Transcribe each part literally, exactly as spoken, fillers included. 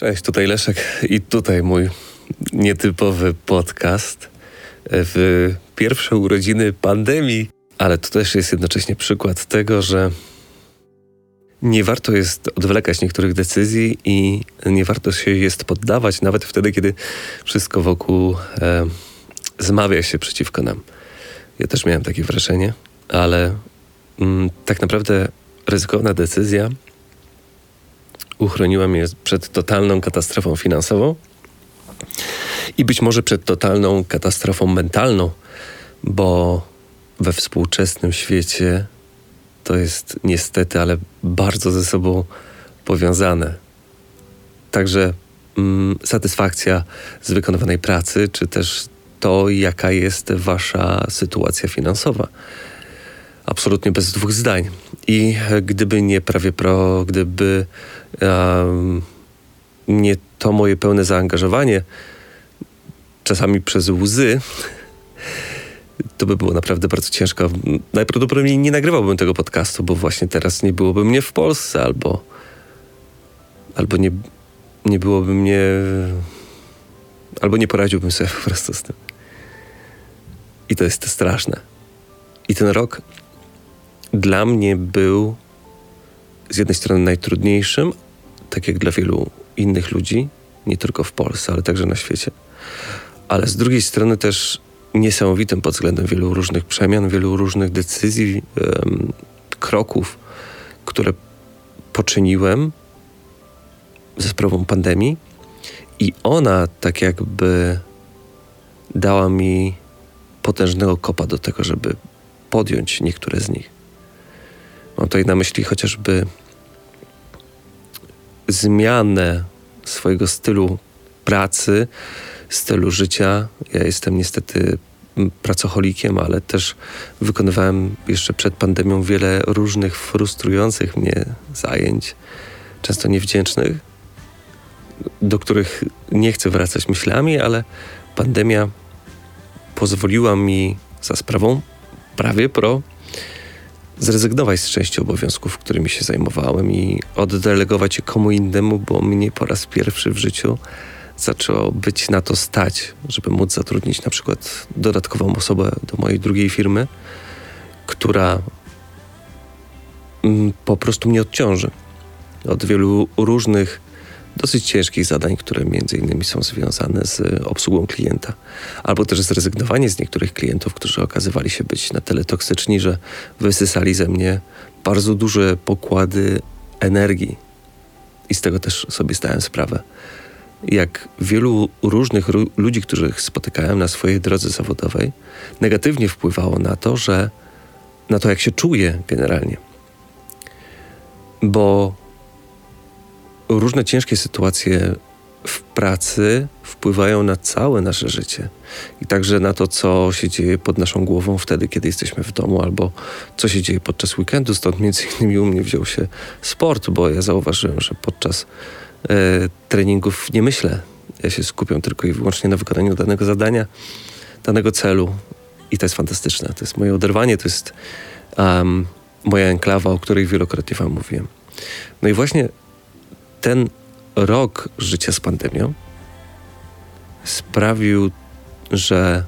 Cześć, tutaj Leszek i tutaj mój nietypowy podcast w pierwsze urodziny pandemii, ale to też jest jednocześnie przykład tego, że nie warto jest odwlekać niektórych decyzji i nie warto się jest poddawać, nawet wtedy, kiedy wszystko wokół e, zmawia się przeciwko nam. Ja też miałem takie wrażenie, ale mm, tak naprawdę ryzykowna decyzja uchroniła mnie przed totalną katastrofą finansową i być może przed totalną katastrofą mentalną, bo we współczesnym świecie to jest niestety, ale bardzo ze sobą powiązane. Także mm, satysfakcja z wykonywanej pracy, czy też to, jaka jest wasza sytuacja finansowa. Absolutnie bez dwóch zdań. I gdyby nie prawie pro, gdyby um, nie to moje pełne zaangażowanie, czasami przez łzy, to by było naprawdę bardzo ciężko. Najprawdopodobniej nie nagrywałbym tego podcastu, bo właśnie teraz nie byłoby mnie w Polsce, albo, albo nie, nie byłoby mnie, albo nie poradziłbym sobie po prostu z tym. I to jest straszne. I ten rok dla mnie był z jednej strony najtrudniejszym, tak jak dla wielu innych ludzi, nie tylko w Polsce, ale także na świecie. Ale z drugiej strony też niesamowitym pod względem wielu różnych przemian, wielu różnych decyzji, um, kroków, które poczyniłem ze sprawą pandemii. I ona tak jakby dała mi potężnego kopa do tego, żeby podjąć niektóre z nich. Mam tutaj na myśli chociażby zmianę swojego stylu pracy, stylu życia. Ja jestem niestety pracocholikiem, ale też wykonywałem jeszcze przed pandemią wiele różnych frustrujących mnie zajęć, często niewdzięcznych, do których nie chcę wracać myślami, ale pandemia pozwoliła mi za sprawą prawie pro zrezygnować z części obowiązków, którymi się zajmowałem i oddelegować je komu innemu, bo mnie po raz pierwszy w życiu zaczęło być na to stać, żeby móc zatrudnić na przykład dodatkową osobę do mojej drugiej firmy, która mm, po prostu mnie odciąży od wielu różnych dosyć ciężkich zadań, które między innymi są związane z obsługą klienta, albo też zrezygnowanie z niektórych klientów, którzy okazywali się być na tyle toksyczni, że wysysali ze mnie bardzo duże pokłady energii. I z tego też sobie zdałem sprawę. Jak wielu różnych ru- ludzi, których spotykałem na swojej drodze zawodowej, negatywnie wpływało na to, że na to, jak się czuję generalnie. Bo różne ciężkie sytuacje w pracy wpływają na całe nasze życie. I także na to, co się dzieje pod naszą głową wtedy, kiedy jesteśmy w domu, albo co się dzieje podczas weekendu. Stąd między innymi u mnie wziął się sport, bo ja zauważyłem, że podczas e, treningów nie myślę. Ja się skupiam tylko i wyłącznie na wykonaniu danego zadania, danego celu. I to jest fantastyczne. To jest moje oderwanie, to jest um, moja enklawa, o której wielokrotnie wam mówiłem. No i właśnie ten rok życia z pandemią sprawił, że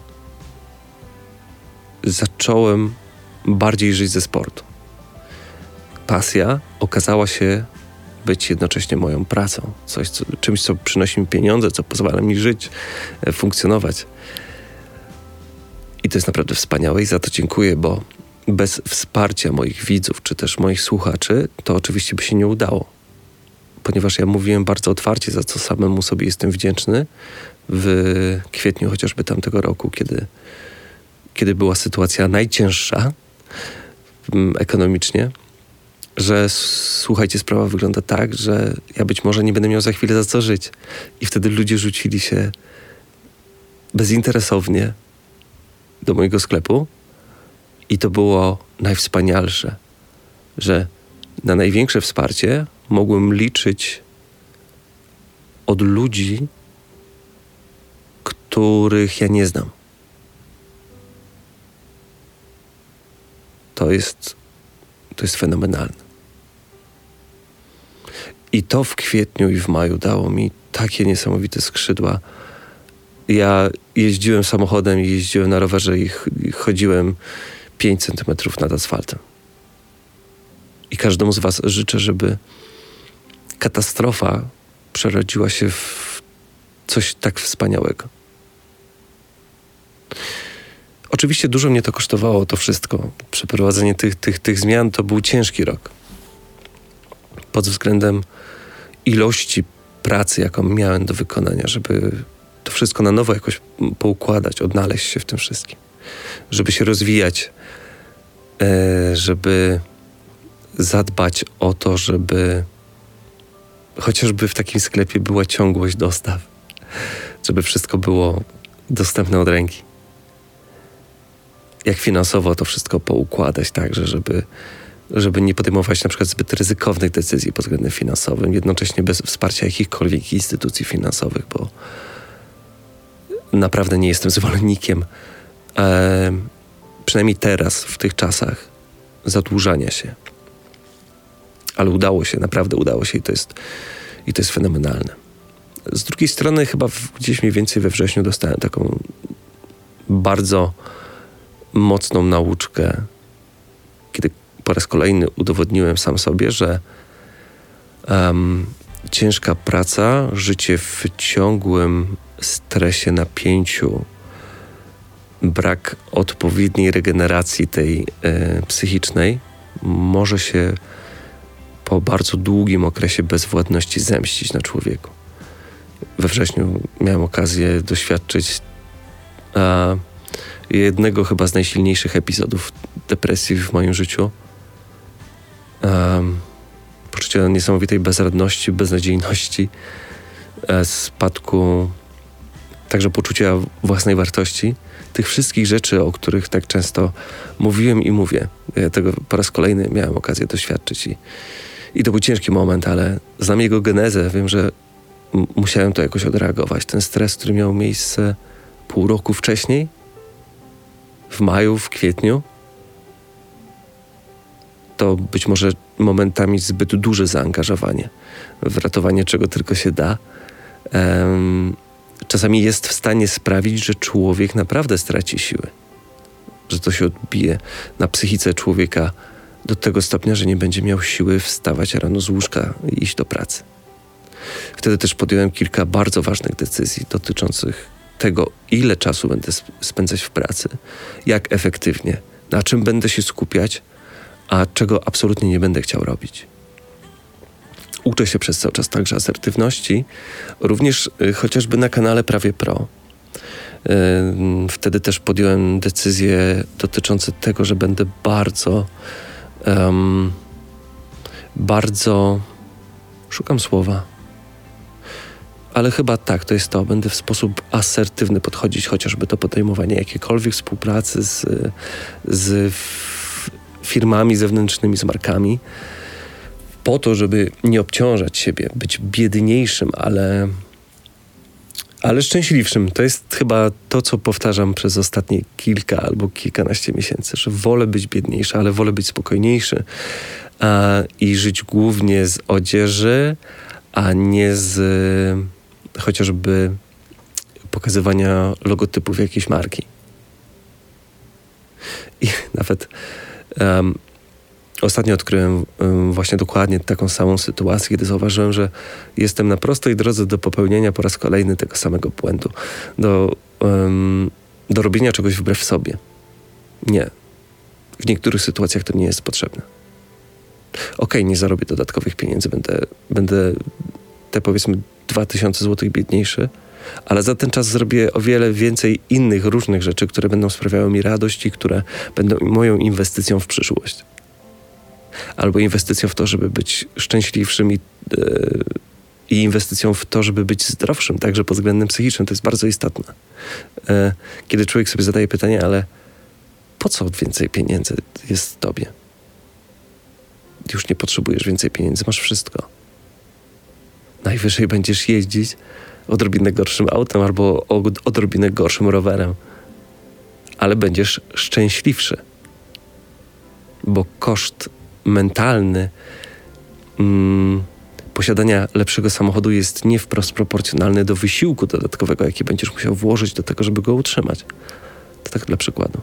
zacząłem bardziej żyć ze sportu. Pasja okazała się być jednocześnie moją pracą. Coś, co, czymś, co przynosi mi pieniądze, co pozwala mi żyć, funkcjonować. I to jest naprawdę wspaniałe i za to dziękuję, bo bez wsparcia moich widzów, czy też moich słuchaczy, to oczywiście by się nie udało. Ponieważ ja mówiłem bardzo otwarcie, za co samemu sobie jestem wdzięczny w kwietniu chociażby tamtego roku, kiedy, kiedy była sytuacja najcięższa um, ekonomicznie, że słuchajcie, sprawa wygląda tak, że ja być może nie będę miał za chwilę za co żyć. I wtedy ludzie rzucili się bezinteresownie do mojego sklepu i to było najwspanialsze, że na największe wsparcie mogłem liczyć od ludzi, których ja nie znam. To jest, to jest fenomenalne. I to w kwietniu i w maju dało mi takie niesamowite skrzydła. Ja jeździłem samochodem i jeździłem na rowerze i, ch- i chodziłem pięć centymetrów nad asfaltem. I każdemu z was życzę, żeby katastrofa przerodziła się w coś tak wspaniałego. Oczywiście dużo mnie to kosztowało, to wszystko. Przeprowadzenie tych, tych, tych zmian to był ciężki rok. Pod względem ilości pracy, jaką miałem do wykonania, żeby to wszystko na nowo jakoś poukładać, odnaleźć się w tym wszystkim. Żeby się rozwijać, e, żeby zadbać o to, żeby chociażby w takim sklepie była ciągłość dostaw. Żeby wszystko było dostępne od ręki. Jak finansowo to wszystko poukładać także, żeby, żeby nie podejmować na przykład zbyt ryzykownych decyzji pod względem finansowym, jednocześnie bez wsparcia jakichkolwiek instytucji finansowych, bo naprawdę nie jestem zwolennikiem, e, przynajmniej teraz, w tych czasach, zadłużania się. Ale udało się, naprawdę udało się i to jest, i to jest fenomenalne. Z drugiej strony chyba w, gdzieś mniej więcej we wrześniu dostałem taką bardzo mocną nauczkę, kiedy po raz kolejny udowodniłem sam sobie, że um, ciężka praca, życie w ciągłym stresie, napięciu, brak odpowiedniej regeneracji tej e, psychicznej może się po bardzo długim okresie bezwładności zemścić na człowieku. We wrześniu miałem okazję doświadczyć a, jednego chyba z najsilniejszych epizodów depresji w moim życiu. Um, poczucia niesamowitej bezradności, beznadziejności, e, spadku także poczucia własnej wartości. Tych wszystkich rzeczy, o których tak często mówiłem i mówię. Ja tego po raz kolejny miałem okazję doświadczyć i, i to był ciężki moment, ale znam jego genezę. Wiem, że m- musiałem to jakoś odreagować. Ten stres, który miał miejsce pół roku wcześniej, w maju, w kwietniu, to być może momentami zbyt duże zaangażowanie w ratowanie czego tylko się da. Um, czasami jest w stanie sprawić, że człowiek naprawdę straci siły. Że to się odbije na psychice człowieka do tego stopnia, że nie będzie miał siły wstawać rano z łóżka i iść do pracy. Wtedy też podjąłem kilka bardzo ważnych decyzji dotyczących tego, ile czasu będę spędzać w pracy, jak efektywnie, na czym będę się skupiać, a czego absolutnie nie będę chciał robić. Uczę się przez cały czas także asertywności, również y, chociażby na kanale Prawie Pro. Y, wtedy też podjąłem decyzje dotyczące tego, że będę bardzo, um, bardzo, szukam słowa, ale chyba tak, to jest to. Będę w sposób asertywny podchodzić chociażby do podejmowania jakiejkolwiek współpracy z, z firmami zewnętrznymi, z markami, po to, żeby nie obciążać siebie, być biedniejszym, ale, ale szczęśliwszym. To jest chyba to, co powtarzam przez ostatnie kilka albo kilkanaście miesięcy, że wolę być biedniejszy, ale wolę być spokojniejszy a, i żyć głównie z odzieży, a nie z chociażby pokazywania logotypów jakiejś marki. I nawet um, ostatnio odkryłem um, właśnie dokładnie taką samą sytuację, kiedy zauważyłem, że jestem na prostej drodze do popełnienia po raz kolejny tego samego błędu. Do, um, do robienia czegoś wbrew sobie. Nie. W niektórych sytuacjach to nie jest potrzebne. Okej, okay, nie zarobię dodatkowych pieniędzy, będę, będę te powiedzmy dwa tysiące złotych biedniejszy, ale za ten czas zrobię o wiele więcej innych różnych rzeczy, które będą sprawiały mi radość i które będą moją inwestycją w przyszłość. Albo inwestycją w to, żeby być szczęśliwszym i, yy, i inwestycją w to, żeby być zdrowszym, także pod względem psychicznym. To jest bardzo istotne. Yy, kiedy człowiek sobie zadaje pytanie, ale po co więcej pieniędzy jest tobie? Już nie potrzebujesz więcej pieniędzy, masz wszystko. Najwyżej będziesz jeździć odrobinę gorszym autem albo odrobinę gorszym rowerem. Ale będziesz szczęśliwszy. Bo koszt mentalny mm, posiadania lepszego samochodu jest nie wprost proporcjonalny do wysiłku dodatkowego, jaki będziesz musiał włożyć do tego, żeby go utrzymać. To tak dla przykładu.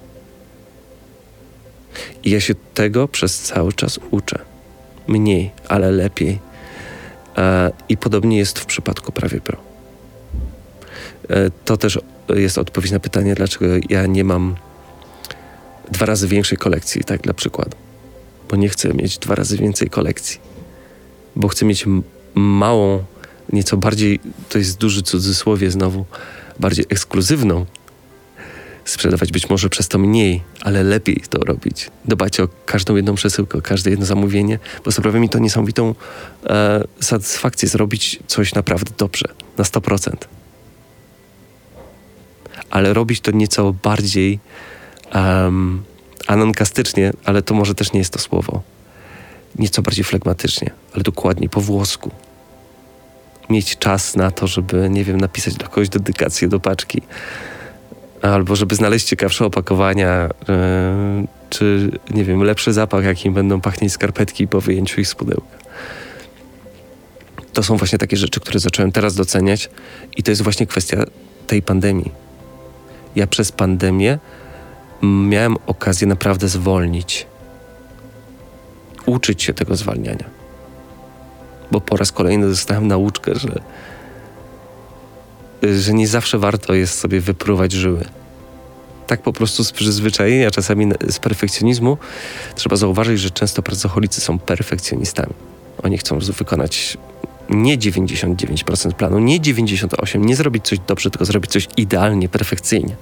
I ja się tego przez cały czas uczę. Mniej, ale lepiej. E, I podobnie jest w przypadku Prawie Pro. E, to też jest odpowiedź na pytanie, dlaczego ja nie mam dwa razy większej kolekcji, tak dla przykładu. Bo nie chcę mieć dwa razy więcej kolekcji. Bo chcę mieć m- małą, nieco bardziej, to jest duży cudzysłowie znowu, bardziej ekskluzywną. Sprzedawać być może przez to mniej, ale lepiej to robić. Dbać o każdą jedną przesyłkę, o każde jedno zamówienie, bo sprawia mi to niesamowitą e, satysfakcję zrobić coś naprawdę dobrze, na sto procent. Ale robić to nieco bardziej um, anonkastycznie, ale to może też nie jest to słowo. Nieco bardziej flegmatycznie, ale dokładnie, po włosku. Mieć czas na to, żeby, nie wiem, napisać do kogoś dedykację do paczki, albo żeby znaleźć ciekawsze opakowania, yy, czy, nie wiem, lepszy zapach, jakim będą pachnieć skarpetki po wyjęciu ich z pudełka. To są właśnie takie rzeczy, które zacząłem teraz doceniać i to jest właśnie kwestia tej pandemii. Ja przez pandemię miałem okazję naprawdę zwolnić. Uczyć się tego zwalniania. Bo po raz kolejny dostałem nauczkę, że że nie zawsze warto jest sobie wypruwać żyły. Tak po prostu z przyzwyczajenia, czasami z perfekcjonizmu, trzeba zauważyć, że często pracocholicy są perfekcjonistami. Oni chcą wykonać nie dziewięćdziesiąt dziewięć procent planu, nie dziewięćdziesiąt osiem procent, nie zrobić coś dobrze, tylko zrobić coś idealnie, perfekcyjnie.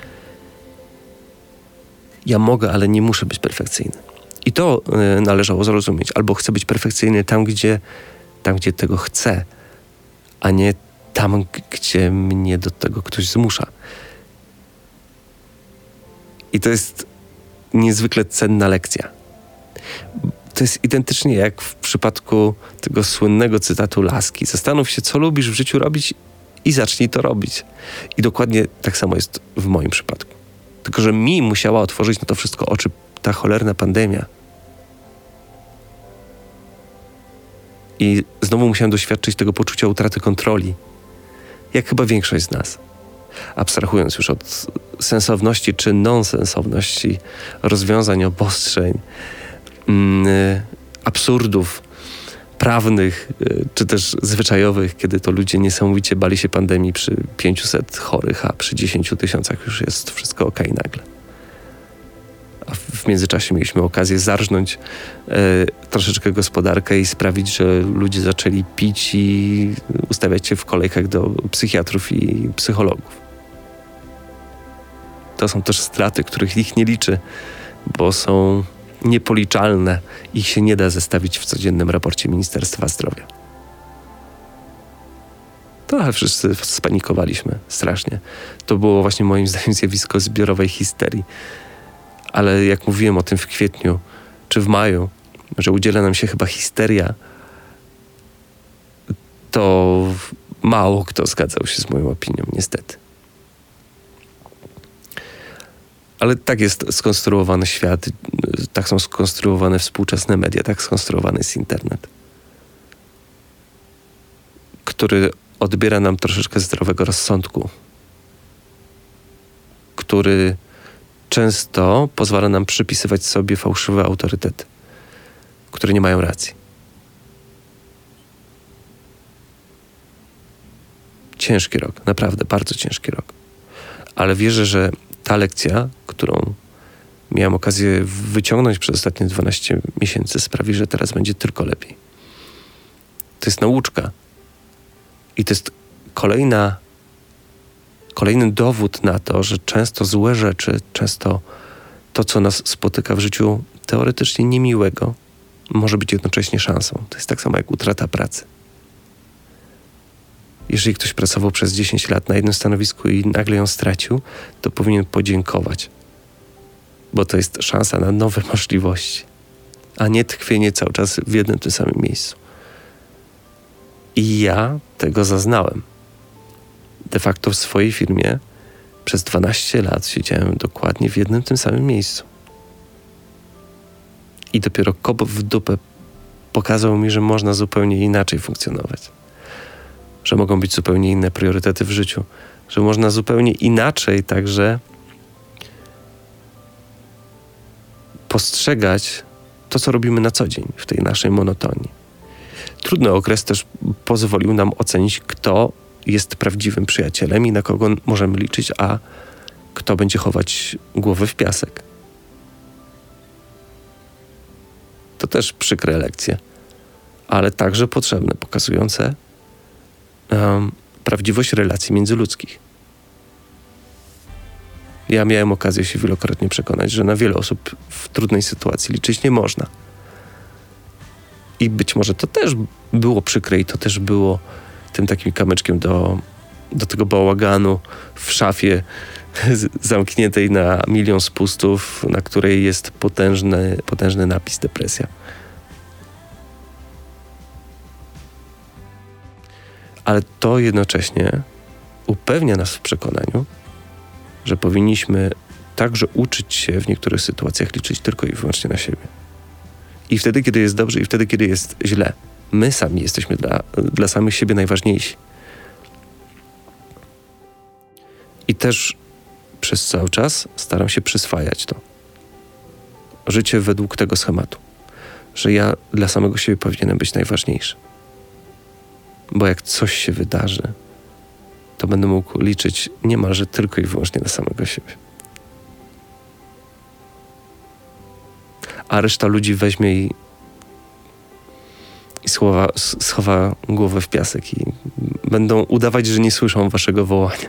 Ja mogę, ale nie muszę być perfekcyjny. I to y, należało zrozumieć. Albo chcę być perfekcyjny tam, gdzie, tam, gdzie tego chcę, a nie tam, gdzie mnie do tego ktoś zmusza. I to jest niezwykle cenna lekcja. To jest identycznie jak w przypadku tego słynnego cytatu Laski. Zastanów się, co lubisz w życiu robić i zacznij to robić. I dokładnie tak samo jest w moim przypadku. Tylko że mi musiała otworzyć na to wszystko oczy ta cholerna pandemia. I znowu musiałem doświadczyć tego poczucia utraty kontroli. Jak chyba większość z nas. Abstrahując już od sensowności czy nonsensowności rozwiązań, obostrzeń, yy, absurdów prawnych yy, czy też zwyczajowych, kiedy to ludzie niesamowicie bali się pandemii przy pięciuset chorych, a przy dziesięciu tysiącach już jest wszystko okej okay nagle. A w międzyczasie mieliśmy okazję zarżnąć yy, troszeczkę gospodarkę i sprawić, że ludzie zaczęli pić i ustawiać się w kolejkach do psychiatrów i psychologów. To są też straty, których ich nie liczy, bo są niepoliczalne. Ich się nie da zestawić w codziennym raporcie Ministerstwa Zdrowia. Trochę wszyscy spanikowaliśmy strasznie. To było właśnie moim zdaniem zjawisko zbiorowej histerii. Ale jak mówiłem o tym w kwietniu czy w maju, że udziela nam się chyba histeria, to mało kto zgadzał się z moją opinią, niestety. Ale tak jest skonstruowany świat, tak są skonstruowane współczesne media, tak skonstruowany jest internet, który odbiera nam troszeczkę zdrowego rozsądku, który często pozwala nam przypisywać sobie fałszywe autorytety, które nie mają racji. Ciężki rok, naprawdę bardzo ciężki rok. Ale wierzę, że ta lekcja, którą miałem okazję wyciągnąć przez ostatnie dwanaście miesięcy, sprawi, że teraz będzie tylko lepiej. To jest nauczka. I to jest kolejna, kolejny dowód na to, że często złe rzeczy, często to, co nas spotyka w życiu teoretycznie niemiłego, może być jednocześnie szansą. To jest tak samo jak utrata pracy. Jeżeli ktoś pracował przez dziesięć lat na jednym stanowisku i nagle ją stracił, to powinien podziękować. Bo to jest szansa na nowe możliwości, a nie tkwienie cały czas w jednym tym samym miejscu. I ja tego zaznałem. De facto w swojej firmie przez dwanaście lat siedziałem dokładnie w jednym tym samym miejscu. I dopiero kop w dupę pokazał mi, że można zupełnie inaczej funkcjonować. Że mogą być zupełnie inne priorytety w życiu. Że można zupełnie inaczej także postrzegać to, co robimy na co dzień w tej naszej monotonii. Trudny okres też pozwolił nam ocenić, kto jest prawdziwym przyjacielem i na kogo możemy liczyć, a kto będzie chować głowę w piasek. To też przykre lekcje, ale także potrzebne, pokazujące um, prawdziwość relacji międzyludzkich. Ja miałem okazję się wielokrotnie przekonać, że na wiele osób w trudnej sytuacji liczyć nie można. I być może to też było przykre i to też było tym takim kamyczkiem do, do tego bałaganu w szafie zamkniętej na milion spustów, na której jest potężny, potężny napis depresja. Ale to jednocześnie upewnia nas w przekonaniu, że powinniśmy także uczyć się w niektórych sytuacjach liczyć tylko i wyłącznie na siebie. I wtedy, kiedy jest dobrze, i wtedy, kiedy jest źle. My sami jesteśmy dla, dla samych siebie najważniejsi. I też przez cały czas staram się przyswajać to. Życie według tego schematu. Że ja dla samego siebie powinienem być najważniejszy. Bo jak coś się wydarzy, to będę mógł liczyć niemalże tylko i wyłącznie na samego siebie. A reszta ludzi weźmie i, i słowa, schowa głowę w piasek i będą udawać, że nie słyszą waszego wołania.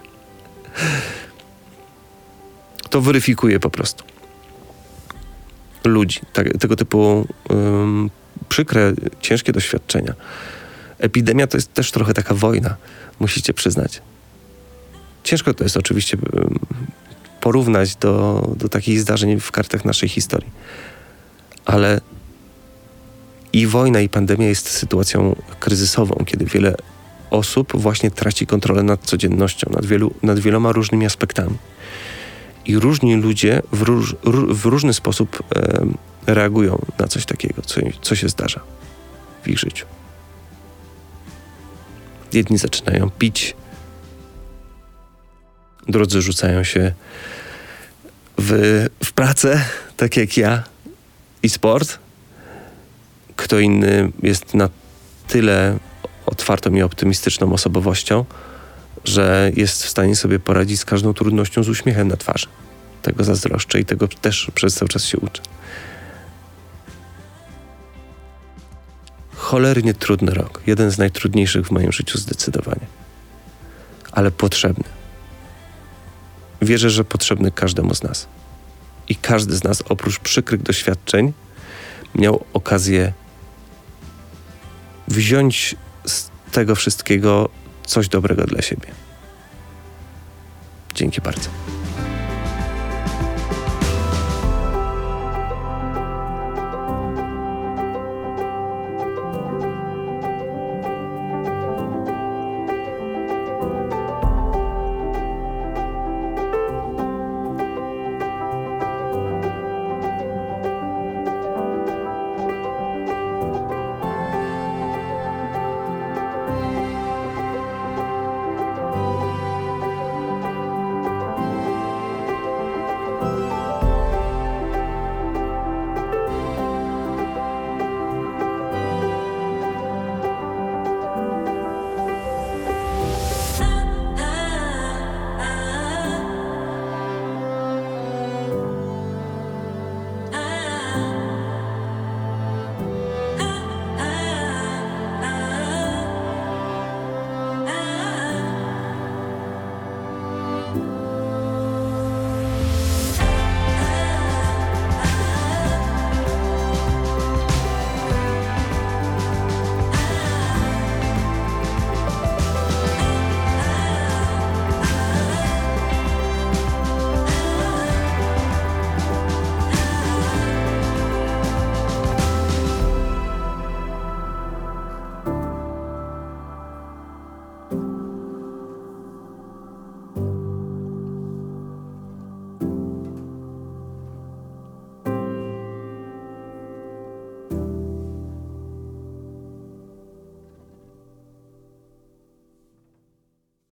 To weryfikuje po prostu ludzi. Tak, tego typu um, przykre, ciężkie doświadczenia. Epidemia to jest też trochę taka wojna, musicie przyznać. Ciężko to jest oczywiście um, porównać do, do takich zdarzeń w kartach naszej historii. Ale i wojna, i pandemia jest sytuacją kryzysową, kiedy wiele osób właśnie traci kontrolę nad codziennością, nad, wielu, nad wieloma różnymi aspektami. I różni ludzie w, róż, w różny sposób e, reagują na coś takiego, co, co się zdarza w ich życiu. Jedni zaczynają pić, drudzy rzucają się w, w pracę, tak jak ja, i sport. Kto inny jest na tyle otwartą i optymistyczną osobowością, że jest w stanie sobie poradzić z każdą trudnością z uśmiechem na twarzy. Tego zazdroszczę i tego też przez cały czas się uczę. Cholernie trudny rok. Jeden z najtrudniejszych w moim życiu zdecydowanie. Ale potrzebny. Wierzę, że potrzebny każdemu z nas. I każdy z nas, oprócz przykrych doświadczeń, miał okazję wziąć z tego wszystkiego coś dobrego dla siebie. Dzięki bardzo.